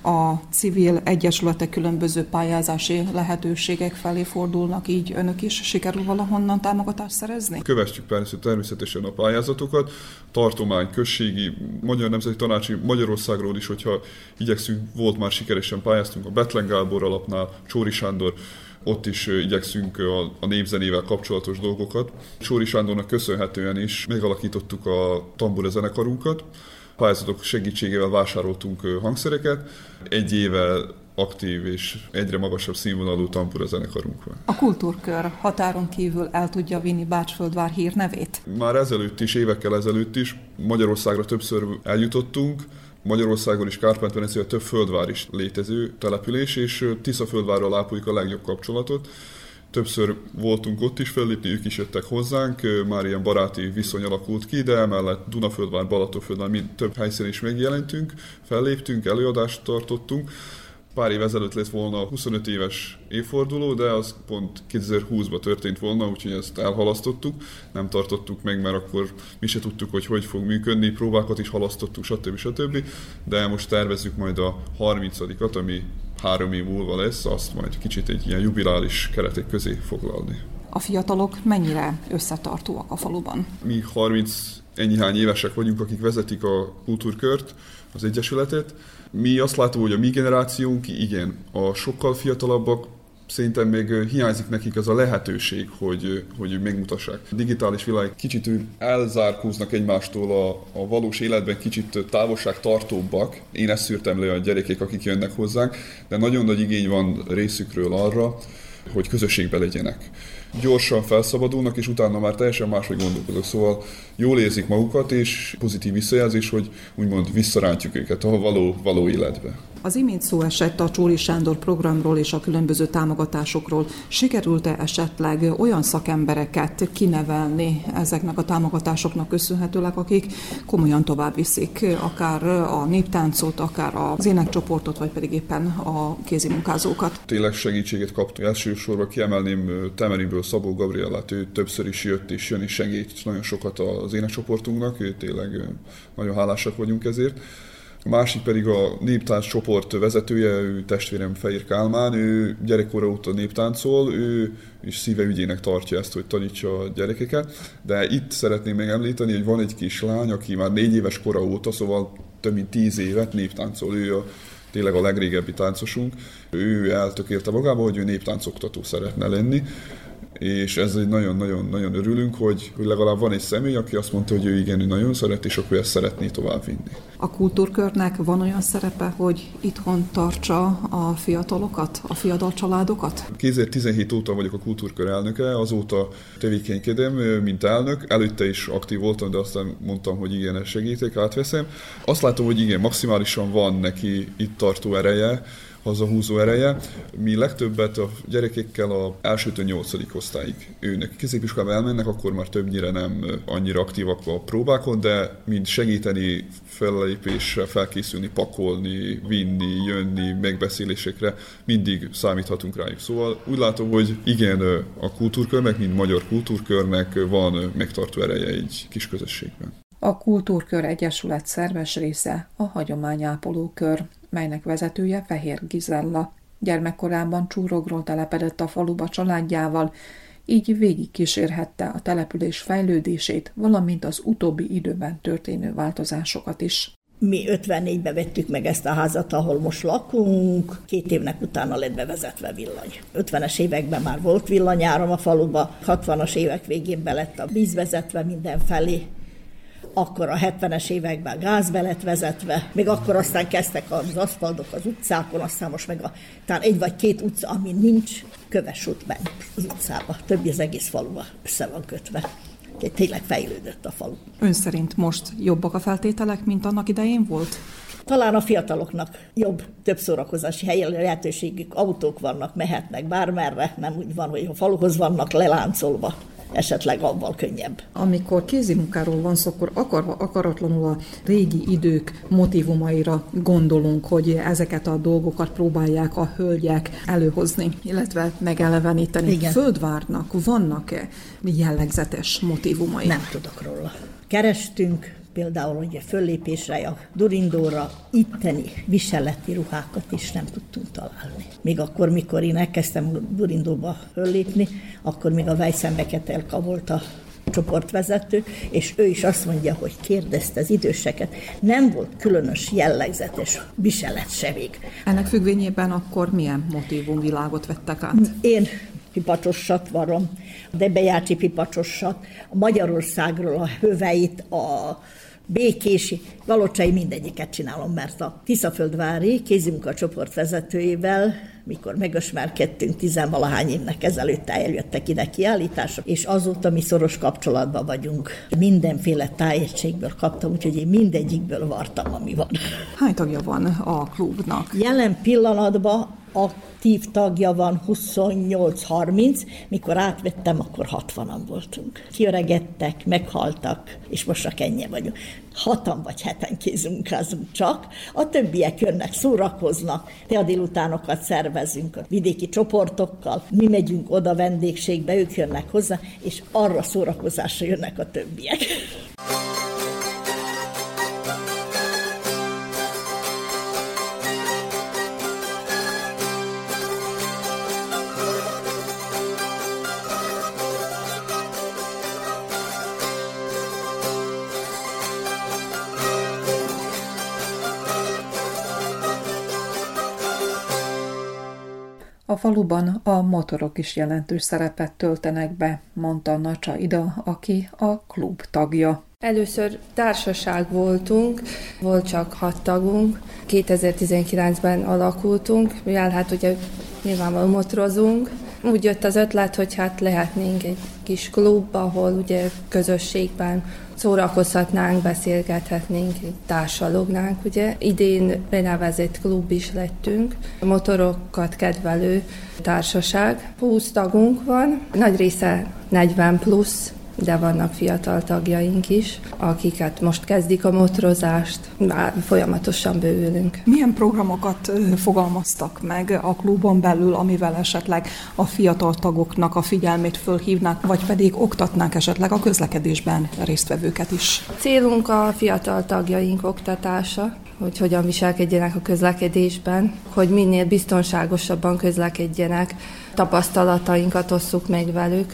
a civil egyesületek különböző pályázási lehetőségek felé fordulnak, így önök is sikerül valahonnan támogatást szerezni? Kövessük persze természetesen a pályázatokat, tartomány, községi, Magyar Nemzeti Tanácsi, Magyarországról is, hogyha igyekszünk, volt már sikeresen pályáztunk a Bethlen Gábor alapnál, Csóri Sándor, ott is igyekszünk a, a népzenével kapcsolatos dolgokat. Csóri Sándornak köszönhetően is megalakítottuk a tambura zenekarunkat. Pályázatok segítségével vásároltunk hangszereket. Egy éve aktív és egyre magasabb színvonalú tambura zenekarunk van. A kultúrkör határon kívül el tudja vinni Bácsföldvár hírnevét? Már ezelőtt is, évekkel ezelőtt is Magyarországra többször eljutottunk. Magyarországon is Kárpát-medencében több földvár is létező település, és Tiszaföldvárral ápoljuk a legjobb kapcsolatot. Többször voltunk ott is fellépni, ők is jöttek hozzánk, már ilyen baráti viszony alakult ki, de emellett Dunaföldvár, Balatonföldvár, mind több helyszínen is megjelentünk, felléptünk, előadást tartottunk. Pár év ezelőtt lett volna a huszonöt éves évforduló, de az pont kétezer-húszban történt volna, úgyhogy ezt elhalasztottuk, nem tartottuk meg, mert akkor mi se tudtuk, hogy hogy fog működni, próbákat is halasztottuk, stb. stb. De most tervezzük majd a harmincadikat, ami három év múlva lesz, azt majd kicsit egy ilyen jubilális keretek közé foglalni. A fiatalok mennyire összetartóak a faluban? Mi harminc ennyihány évesek vagyunk, akik vezetik a kultúrkört, az egyesületet. Mi azt látom, hogy a mi generációnk, igen, a sokkal fiatalabbak, szerintem még hiányzik nekik az a lehetőség, hogy, hogy megmutassák. A digitális világ kicsit elzárkóznak egymástól, a, a valós életben kicsit távolságtartóbbak. Én ezt szűrtem le a gyerekek, akik jönnek hozzánk, de nagyon nagy igény van részükről arra, hogy közösségbe legyenek. Gyorsan felszabadulnak, és utána már teljesen máshogy gondolkodok. Szóval jól érzik magukat, és pozitív visszajelzés, hogy úgymond visszarántjuk őket a való, való életbe. Az imént szó esett a Csóri Sándor programról és a különböző támogatásokról. Sikerült-e esetleg olyan szakembereket kinevelni ezeknek a támogatásoknak köszönhetőleg, akik komolyan tovább viszik akár a néptáncot, akár az énekcsoportot, vagy pedig éppen a kézimunkázókat? Tényleg segítséget kaptunk. Elsősorban kiemelném Temerinből Szabó Gabriellát, ő többször is jött és jön és segít nagyon sokat az énekcsoportunknak, ő tényleg nagyon hálásak vagyunk ezért. A másik pedig a néptánc csoport vezetője, ő testvérem Fehér Kálmán, ő gyerekkora óta néptáncol, ő is szíve ügyének tartja ezt, hogy tanítsa a gyerekeket. De itt szeretném megemlíteni, hogy van egy kislány, aki már négy éves kora óta, szóval több mint tíz évet néptáncol, ő a tényleg a legrégebbi táncosunk. Ő eltökélte magába, hogy ő néptáncoktató szeretne lenni, és ez egy nagyon-nagyon-nagyon örülünk, hogy, hogy legalább van egy személy, aki azt mondta, hogy ő igen, ő nagyon szeret, és akkor ezt szeretné továbbvinni. A kultúrkörnek van olyan szerepe, hogy itthon tartsa a fiatalokat, a fiatal családokat? kétezer-tizenhét óta vagyok a kultúrkör elnöke, azóta tevékenykedem, mint elnök. Előtte is aktív voltam, de aztán mondtam, hogy igen, segítek, átveszem. Azt látom, hogy igen, maximálisan van neki itt tartó ereje, hazahúzó ereje. Mi legtöbbet a gyerekekkel a elsőtől nyolcadik osztályig őnek. Középiskolába elmennek, akkor már többnyire nem annyira aktívak a próbákon, de mind segíteni, fellépésre, felkészülni, pakolni, vinni, jönni, megbeszélésekre, mindig számíthatunk rájuk. Szóval úgy látom, hogy igen, a kultúrkörnek, mint magyar kultúrkörnek van megtartó ereje egy kis közösségben. A Kultúrkör Egyesület szerves része a Hagyományápoló Kör, melynek vezetője Fehér Gizella. Gyermekkorában Csúrogról telepedett a faluba családjával, így végigkísérhette a település fejlődését, valamint az utóbbi időben történő változásokat is. Mi ötvennégyben vettük meg ezt a házat, ahol most lakunk, két évnek utána lett bevezetve villany. ötvenes években már volt villanyáram a faluba, hatvanas évek végén be lett a víz vezetve mindenfelé, akkor a hetvenes években gáz be lett vezetve, még akkor aztán kezdtek az aszfaltok az utcákon, aztán most meg a, talán egy vagy két utca, ami nincs, köves út ment az utcába, többi az egész faluba össze van kötve. Tényleg fejlődött a falu. Ön szerint most jobbak a feltételek, mint annak idején volt? Talán a fiataloknak jobb, több szórakozási helyen lehetőségük, autók vannak, mehetnek bármerre, nem úgy van, hogy a faluhoz vannak leláncolva. Esetleg abban könnyebb. Amikor kézimunkáról van szó, akkor akarva, akaratlanul a régi idők motivumaira gondolunk, hogy ezeket a dolgokat próbálják a hölgyek előhozni, illetve megeleveníteni. Igen. Földvárnak vannak-e jellegzetes motivumai? Nem tudok róla. Kerestünk, Például, hogy a föllépésre, a Durindóra itteni viseleti ruhákat is nem tudtunk találni. Még akkor, mikor én elkezdtem Durindóba föllépni, akkor még a Weissenbeketelka volt a csoportvezető, és ő is azt mondja, hogy kérdezte az időseket. Nem volt különös jellegzetes viselet se még. Ennek függvényében akkor milyen motívumvilágot vettek át? Én pipacsosat varom, de Bejácsi pipacsosat, a Magyarországról a höveit, a békési, galocsai mindegyiket csinálom, mert a Tiszaföldvári kézimunka csoportvezetőjével, mikor megismerkedtünk tizenvalahány évnek ezelőtt, eljöttek ide kiállítások, és azóta mi szoros kapcsolatban vagyunk. Mindenféle tájegységből kaptam, úgyhogy én mindegyikből vartam, ami van. Hány tagja van a klubnak? Jelen pillanatban aktív tagja van huszonnyolc harminc, mikor átvettem, akkor hatvanan voltunk. Kiöregedtek, meghaltak, és most csak ennyi vagyunk. Hatan vagy heten kézmunkázunk csak, a többiek jönnek, szórakoznak, tea délutánokat szervezünk a vidéki csoportokkal, mi megyünk oda vendégségbe, ők jönnek hozzá, és arra szórakozásra jönnek a többiek. A faluban a motorok is jelentős szerepet töltenek be, mondta Nacsa Ida, aki a klub tagja. Először társaság voltunk, volt csak hat tagunk, kétezer-tizenkilencben alakultunk, mivel hát ugye nyilvánvalóan motorozunk. Úgy jött az ötlet, hogy hát lehetnénk egy kis klub, ahol ugye közösségben szórakozhatnánk, beszélgethetnénk, társalógnánk, ugye. Idén benevezett klub is lettünk, motorokat kedvelő társaság. húsz tagunk van, nagy része negyven plusz, de vannak fiatal tagjaink is, akiket most kezdik a motorozást, már folyamatosan bővülünk. Milyen programokat fogalmaztak meg a klubon belül, amivel esetleg a fiatal tagoknak a figyelmét fölhívnák, vagy pedig oktatnák esetleg a közlekedésben résztvevőket is? Célunk a fiatal tagjaink oktatása, hogy hogyan viselkedjenek a közlekedésben, hogy minél biztonságosabban közlekedjenek, tapasztalatainkat osszuk meg velük,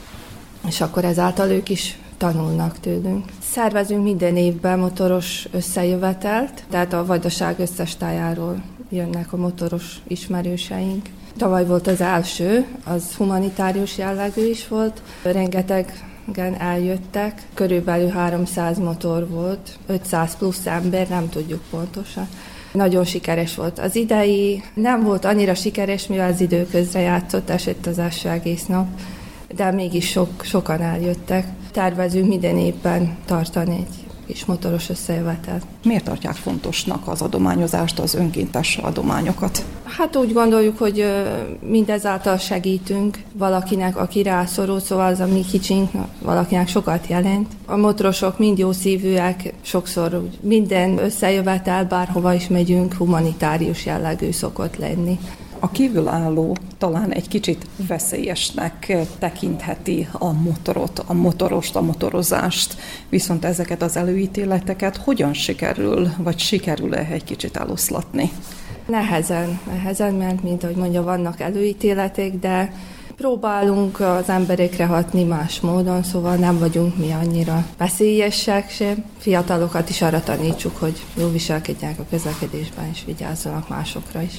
és akkor ezáltal ők is tanulnak tőlünk. Szervezünk minden évben motoros összejövetelt, tehát a Vajdaság összes tájáról jönnek a motoros ismerőseink. Tavaly volt az első, az humanitárius jellegű is volt, rengetegen eljöttek, körülbelül háromszáz motor volt, ötszáz plusz ember, nem tudjuk pontosan. Nagyon sikeres volt. Az idei nem volt annyira sikeres, mivel az idő közre játszott, esett az eső egész nap, de mégis sok, sokan eljöttek. Tervezünk minden évben tartani egy kis motoros összejövetelt. Miért tartják fontosnak az adományozást, az önkéntes adományokat? Hát úgy gondoljuk, hogy mindezáltal segítünk valakinek, aki rászorul, szóval az a mi kicsink valakinek sokat jelent. A motorosok mind jó szívűek, sokszor minden összejövetel, bárhova is megyünk, humanitárius jellegű szokott lenni. A kívülálló talán egy kicsit veszélyesnek tekintheti a motorot, a motorost, a motorozást, viszont ezeket az előítéleteket hogyan sikerül, vagy sikerül-e egy kicsit eloszlatni? Nehezen, nehezen, mert mint ahogy mondja, vannak előítéletek, de próbálunk az emberekre hatni más módon, szóval nem vagyunk mi annyira veszélyesek sem. Fiatalokat is arra tanítsuk, hogy jól viselkedjenek a közlekedésben, és vigyázzanak másokra is.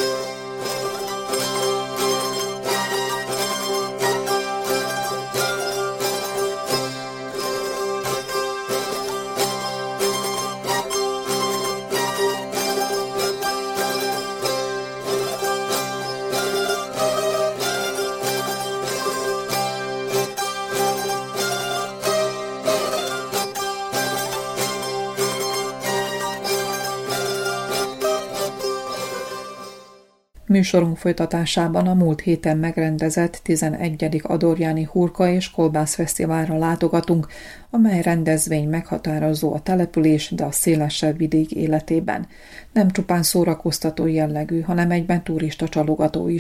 Műsorunk folytatásában a múlt héten megrendezett tizenegyedik Adorjáni Hurka és Kolbász Fesztiválra látogatunk, amely rendezvény meghatározó a település, de a szélesebb vidék életében. Nem csupán szórakoztató jellegű, hanem egyben turista csalogató is,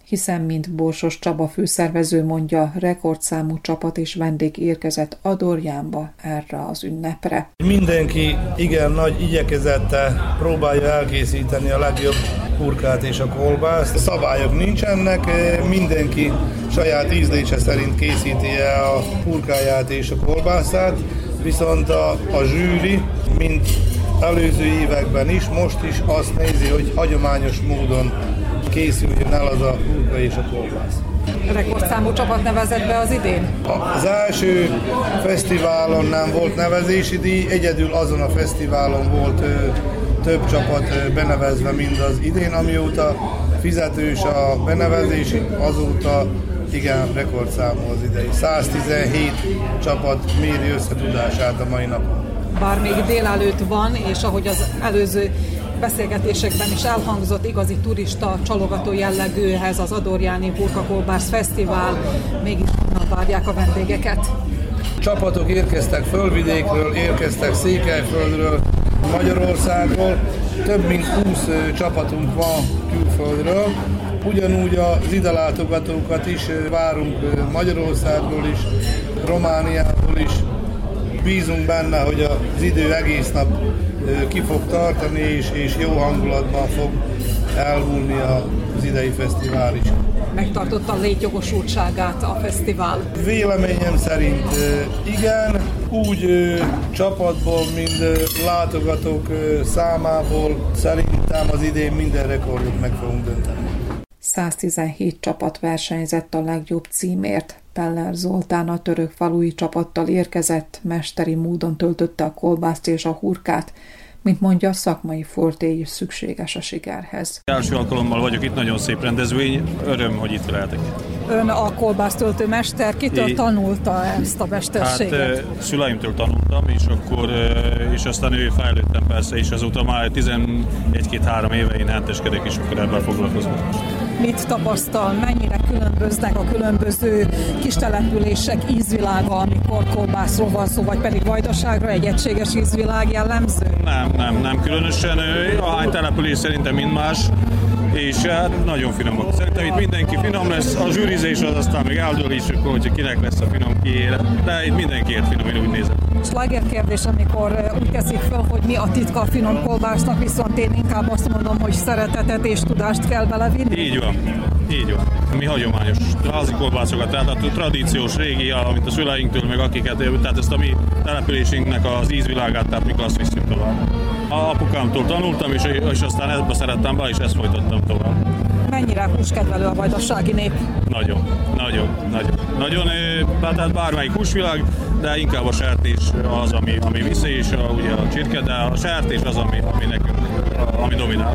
hiszen, mint Borsos Csaba főszervező mondja, rekordszámú csapat és vendég érkezett Adorjánba erre az ünnepre. Mindenki igen nagy igyekezettel próbálja elkészíteni a legjobb hurkát és a kolbászt. Szabályok nincsenek, mindenki saját ízlése szerint készíti el a hurkáját és a kolbászát, viszont a, a zsűri, mint előző években is, most is azt nézi, hogy hagyományos módon készüljön el az a hurka és a kolbász. Rekordszámú csapat nevezett be az idén? Az első fesztiválon nem volt nevezési díj, egyedül azon a fesztiválon volt ö, több csapat ö, benevezve, mint az idén, amióta fizetős a benevezési, azóta igen, rekordszámú az idei. száztizenhét csapat méri összetudását a mai napon. Bár még délelőtt van, és ahogy az előző beszélgetésekben is elhangzott, igazi turista csalogató jellegűhez az Adorjáni Hurkakolbász Fesztivál, mégis honnan várják a vendégeket. Csapatok érkeztek Földvidékről, érkeztek Székelyföldről, Magyarországról, több mint húsz csapatunk van külföldről. Ugyanúgy az ide látogatókat is várunk Magyarországról is, Romániából is. Bízunk benne, hogy az idő egész nap ki fog tartani, és, és jó hangulatban fog elmúlni az idei fesztivál is. Megtartotta a létjogosultságát a fesztivál? Véleményem szerint igen, úgy csapatból, mint látogatók számából szerintem az idén minden rekordot meg fogunk dönteni. száztizenhét csapat versenyzett a legjobb címért. Peller Zoltán a törökfalui csapattal érkezett, mesteri módon töltötte a kolbászt és a hurkát, mint mondja, szakmai forté is szükséges a sikerhez. Első alkalommal vagyok itt, nagyon szép rendezvény, öröm, hogy itt lehetek. Ön a kolbásztöltő mester, kitől é, tanulta ezt a mesterséget? Hát szüleimtől tanultam, és akkor és aztán ő fejlődtem persze, és azóta már tizenegy-két-három éve én henteskedek, és akkor ebben foglalkozom. Mit tapasztal, mennyire különböznek a különböző kistelepülések ízvilága, amikor kolbászról van szó, vagy pedig Vajdaságra egy egységes ízvilág jellemző? Nem, nem, nem különösen. Ahány település szerintem mind más, és hát nagyon finomak. Szerintem itt mindenki finom lesz, a zsűrizés az aztán még eldőlésük, hogy kinek lesz a finom kiére, de itt mindenkiért finom, én úgy nézem. Sláger kérdés, amikor úgy teszik fel, hogy mi a titka a finom kolbásznak, viszont én inkább azt mondom, hogy szeretetet és tudást kell belevinni. Így van, így van. Mi hagyományos házi kolbászokat, tehát a tradíciós régi, amit a szüleinktől, meg akiket, tehát ezt a mi településünknek az ízvilágát, tehát mikor azt visszük tovább. A apukámtól tanultam, és, és aztán ebbe szerettem be, és ezt folytattam tovább. Mennyire húskedvelő a vajdasági nép? Nagyon, nagyon, nagyon. Nagyon, tehát bármelyik húsvilág, de inkább a sertés az, ami, ami viszi, és a, ugye a csirke, de a sertés az, ami, ami nekünk, ami dominál.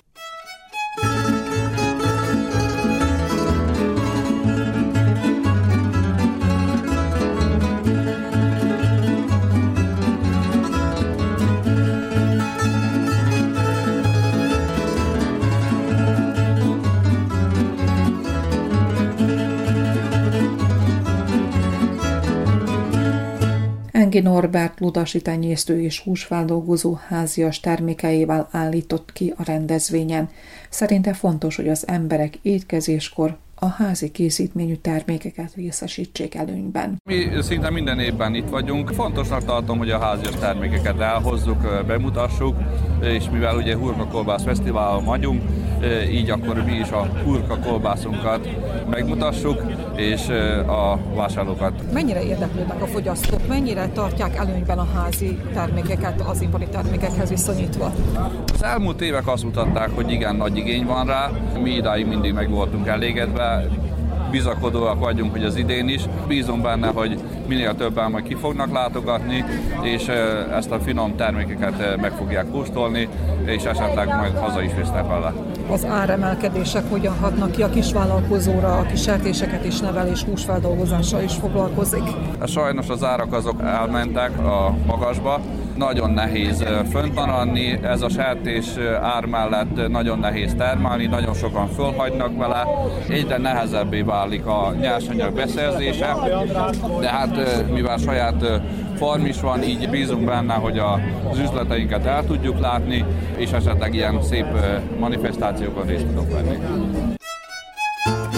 Engi Norbert ludasi tenyésztő és húsfeldolgozó házias termékeivel állított ki a rendezvényen. Szerinte fontos, hogy az emberek étkezéskor a házi készítményű termékeket részesítsék előnyben. Mi szinte minden évben itt vagyunk. Fontosnak tartom, hogy a házias termékeket elhozzuk, bemutassuk, és mivel ugye hurkakolbász fesztiválon vagyunk, így akkor mi is a hurkakolbászunkat megmutassuk, és a vásárlókat. Mennyire érdeklődnek a fogyasztók, mennyire tartják előnyben a házi termékeket az import termékekhez viszonyítva? Az elmúlt évek azt mutatták, hogy igen, nagy igény van rá. Mi idáig mindig meg voltunk elégedve, bizakodóak vagyunk, hogy az idén is. Bízom benne, hogy minél többen majd ki fognak látogatni, és ezt a finom termékeket meg fogják kóstolni, és esetleg majd haza is visznek vele. Az áremelkedések hogyan hatnak ki a kisvállalkozóra, aki sertéseket is nevel és húsfeldolgozással is foglalkozik? Sajnos az árak azok elmentek a magasba. Nagyon nehéz fönt maradni, ez a sertés ár mellett nagyon nehéz termelni, nagyon sokan fölhagynak vele, egyre nehezebbé válik a nyersanyag beszerzése, de hát mivel saját farm is van, így bízunk benne, hogy az üzleteinket el tudjuk látni, és esetleg ilyen szép manifestációkon részt tudok venni.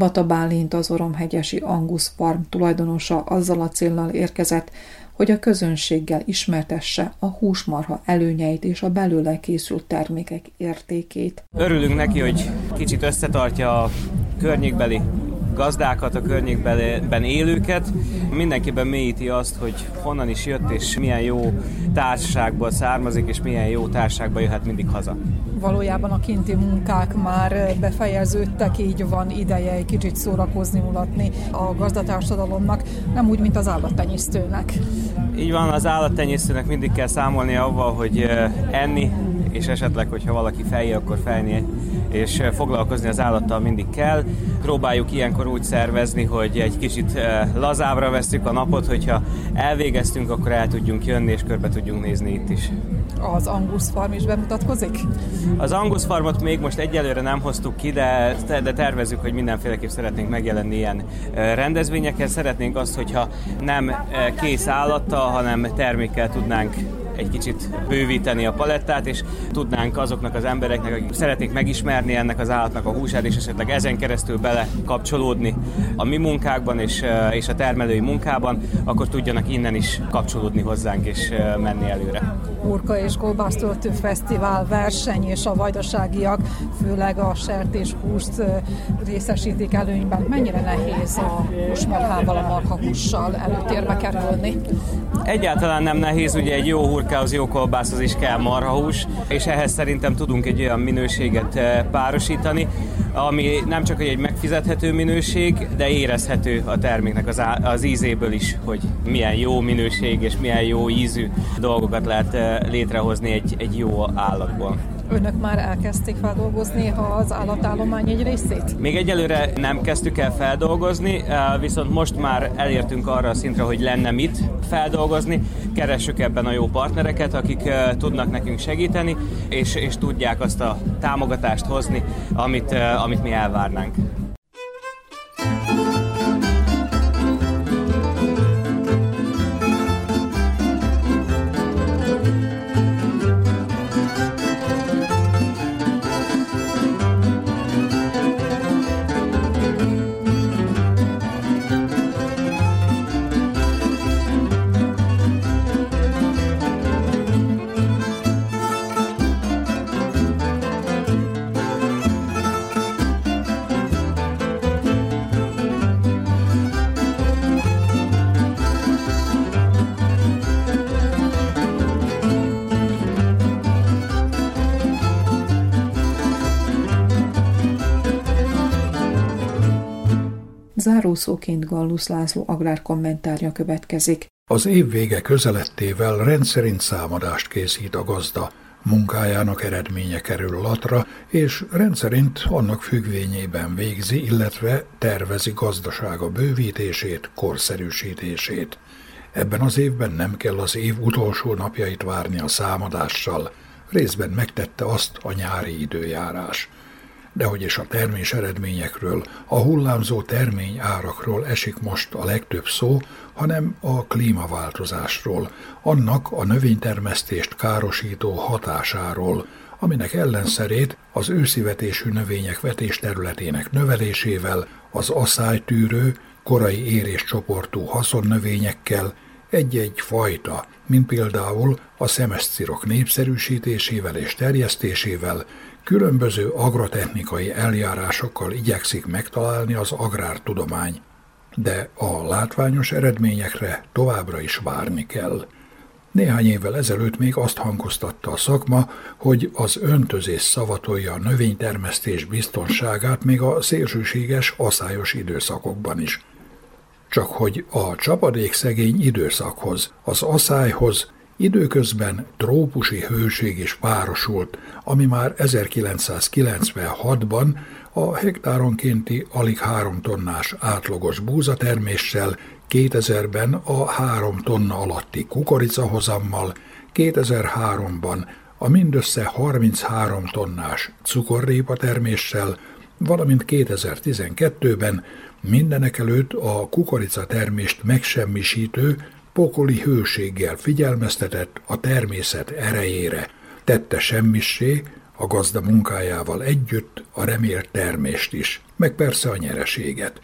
Bata Bálint, az Oromhegyesi Angus Farm tulajdonosa azzal a céllal érkezett, hogy a közönséggel ismertesse a húsmarha előnyeit és a belőle készült termékek értékét. Örülünk neki, hogy kicsit összetartja a környékbeli gazdákat, a környékben élőket. Mindenkiben mélyíti azt, hogy honnan is jött, és milyen jó társaságból származik, és milyen jó társaságban jöhet mindig haza. Valójában a kinti munkák már befejeződtek, így van ideje egy kicsit szórakozni, mulatni a gazdatársadalomnak, nem úgy, mint az állattenyésztőnek. Így van, az állattenyésztőnek mindig kell számolni avval, hogy enni, és esetleg, hogyha valaki fejé, akkor fejni, és foglalkozni az állattal mindig kell. Próbáljuk ilyenkor úgy szervezni, hogy egy kicsit lazábbra vesszük a napot, hogyha elvégeztünk, akkor el tudjunk jönni, és körbe tudjunk nézni itt is. Az Angus Farm is bemutatkozik? Az Angus Farmot még most egyelőre nem hoztuk ki, de, de tervezzük, hogy mindenféleképp szeretnénk megjelenni ilyen rendezvényeken. Szeretnénk azt, hogyha nem kész állattal, hanem termékkel tudnánk egy kicsit bővíteni a palettát, és tudnánk azoknak az embereknek, akik szeretnék megismerni ennek az állatnak a húsát, és esetleg ezen keresztül bele kapcsolódni a mi munkákban és, és a termelői munkában, akkor tudjanak innen is kapcsolódni hozzánk és menni előre. Hurka és kolbásztöltő fesztivál verseny, és a vajdaságiak főleg a sertéshúst részesítik előnyben. Mennyire nehéz a húsmarhával, a marhahússal előtérbe kerülni? Egyáltalán nem nehéz, ugye egy jó hurkához, jó kolbászhoz is kell marhahús, és ehhez szerintem tudunk egy olyan minőséget párosítani, ami nem csak egy megfizethető minőség, de érezhető a terméknek az, á, az ízéből is, hogy milyen jó minőség és milyen jó ízű dolgokat lehet létrehozni egy, egy jó állatból. Önök már elkezdték feldolgozni az állatállomány egy részét? Még egyelőre nem kezdtük el feldolgozni, viszont most már elértünk arra a szintre, hogy lenne mit feldolgozni. Keressük ebben a jó partnereket, akik tudnak nekünk segíteni, és, és tudják azt a támogatást hozni, amit, amit mi elvárnánk. Zárószóként Gallus László agrárkommentárja következik. Az év vége közelettével rendszerint számadást készít a gazda. Munkájának eredménye kerül latra, és rendszerint annak függvényében végzi, illetve tervezi gazdasága bővítését, korszerűsítését. Ebben az évben nem kell az év utolsó napjait várni a számadással, részben megtette azt a nyári időjárás. Dehogy is a termés eredményekről, a hullámzó termény árakról esik most a legtöbb szó, hanem a klímaváltozásról, annak a növénytermesztést károsító hatásáról, aminek ellenszerét az őszivetésű növények vetésterületének növelésével, az aszálytűrő, korai éréscsoportú haszonnövényekkel, egy-egy fajta, mint például a szemeszcirok népszerűsítésével és terjesztésével, különböző agrotechnikai eljárásokkal igyekszik megtalálni az agrártudomány, de a látványos eredményekre továbbra is várni kell. Néhány évvel ezelőtt még azt hangoztatta a szakma, hogy az öntözés szavatolja a növénytermesztés biztonságát még a szélsőséges, aszályos időszakokban is. Csak hogy a csapadékszegény időszakhoz, az aszályhoz időközben trópusi hőség is párosult, ami már ezerkilencszázkilencvenhatban a hektáronkénti alig három tonnás átlagos búzaterméssel, kétezerben a három tonna alatti kukoricahozammal, kétezer-háromban a mindössze harminchárom tonnás cukorrépa terméssel, valamint kétezer-tizenkettőben mindenekelőtt a kukoricatermést megsemmisítő pokoli hőséggel figyelmeztetett a természet erejére, tette semmissé a gazda munkájával együtt a remélt termést is, meg persze a nyereséget.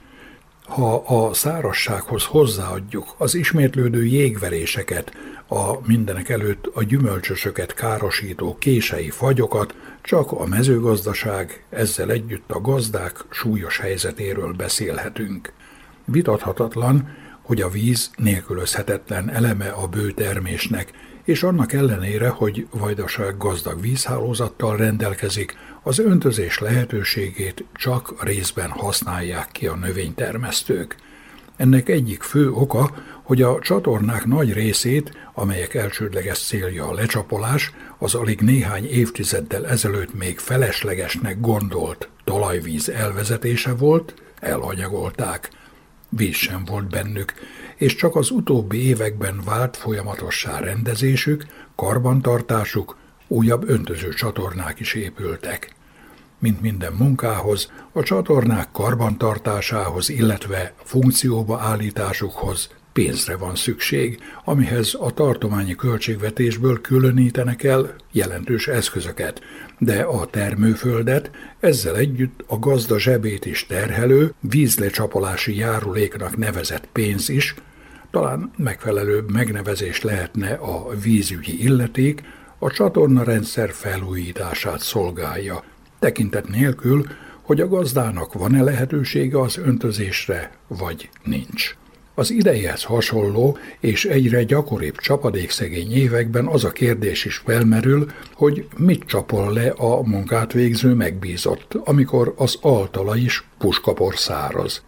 Ha a szárazsághoz hozzáadjuk az ismétlődő jégveréseket, a mindenek előtt a gyümölcsösöket károsító kései fagyokat, csak a mezőgazdaság, ezzel együtt a gazdák súlyos helyzetéről beszélhetünk. Vitathatatlan, hogy a víz nélkülözhetetlen eleme a bőtermésnek, és annak ellenére, hogy Vajdaság gazdag vízhálózattal rendelkezik, az öntözés lehetőségét csak részben használják ki a növénytermesztők. Ennek egyik fő oka, hogy a csatornák nagy részét, amelyek elsődleges célja a lecsapolás, az alig néhány évtizeddel ezelőtt még feleslegesnek gondolt talajvíz elvezetése volt, elhanyagolták. Víz sem volt bennük, és csak az utóbbi években vált folyamatossá rendezésük, karbantartásuk, újabb öntöző csatornák is épültek. Mint minden munkához, a csatornák karbantartásához, illetve funkcióba állításukhoz pénzre van szükség, amihez a tartományi költségvetésből különítenek el jelentős eszközöket, de a termőföldet ezzel együtt a gazda zsebét is terhelő, vízlecsapolási járuléknak nevezett pénz is, talán megfelelőbb megnevezés lehetne a vízügyi illeték, a csatornarendszer felújítását szolgálja, tekintet nélkül, hogy a gazdának van-e lehetősége az öntözésre, vagy nincs. Az idejéhez hasonló és egyre gyakoribb csapadékszegény években az a kérdés is felmerül, hogy mit csapol le a munkát végző megbízott, amikor az altala is puskapor száraz.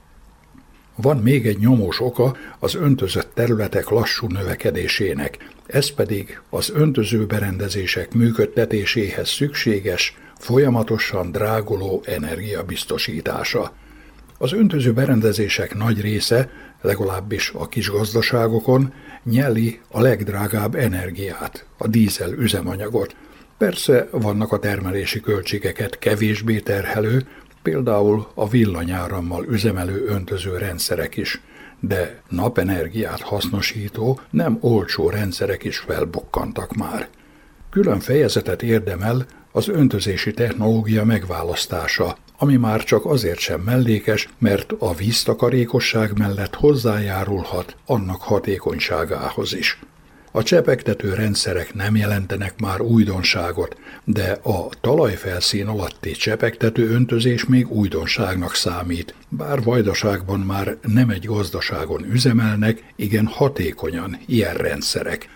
Van még egy nyomós oka az öntözött területek lassú növekedésének, ez pedig az öntöző berendezések működtetéséhez szükséges, folyamatosan dráguló energia biztosítása. Az öntöző berendezések nagy része, legalábbis a kis gazdaságokon, nyeli a legdrágább energiát, a dízel üzemanyagot. Persze vannak a termelési költségeket kevésbé terhelő, például a villanyárammal üzemelő öntöző rendszerek is, de napenergiát hasznosító, nem olcsó rendszerek is felbukkantak már. Külön fejezetet érdemel az öntözési technológia megválasztása, ami már csak azért sem mellékes, mert a víztakarékosság mellett hozzájárulhat annak hatékonyságához is. A csepegtető rendszerek nem jelentenek már újdonságot, de a talajfelszín alatti csepegtető öntözés még újdonságnak számít, bár Vajdaságban már nem egy gazdaságon üzemelnek, igen hatékonyan ilyen rendszerek.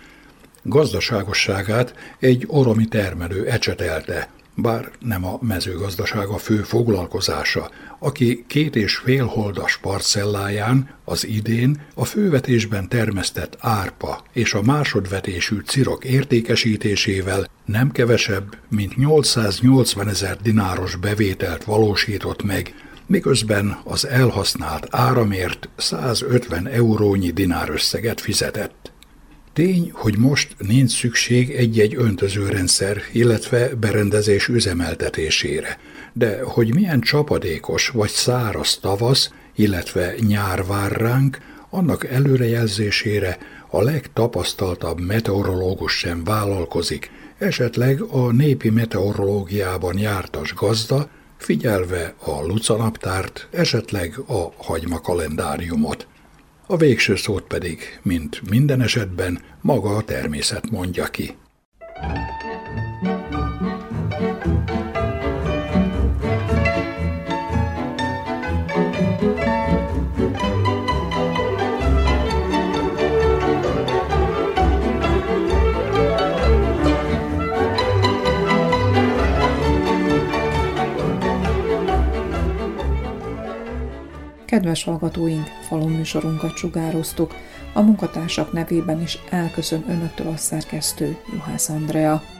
Gazdaságosságát egy oromi termelő ecsetelte, bár nem a mezőgazdaság a fő foglalkozása, aki két és fél holdas parcelláján az idén a fővetésben termesztett árpa és a másodvetésű cirok értékesítésével nem kevesebb, mint nyolcszáznyolcvanezer dináros bevételt valósított meg, miközben az elhasznált áramért százötven eurónyi dinárösszeget fizetett. Tény, hogy most nincs szükség egy-egy öntözőrendszer, illetve berendezés üzemeltetésére, de hogy milyen csapadékos vagy száraz tavasz, illetve nyár vár ránk, annak előrejelzésére a legtapasztaltabb meteorológus sem vállalkozik, esetleg a népi meteorológiában jártas gazda, figyelve a lucanaptárt, esetleg a hagymakalendáriumot. A végső szót pedig, mint minden esetben, maga a természet mondja ki. Kedves hallgatóink, faluműsorunkat sugároztuk, a munkatársak nevében is elköszön önöktől a szerkesztő, Juhász Andrea.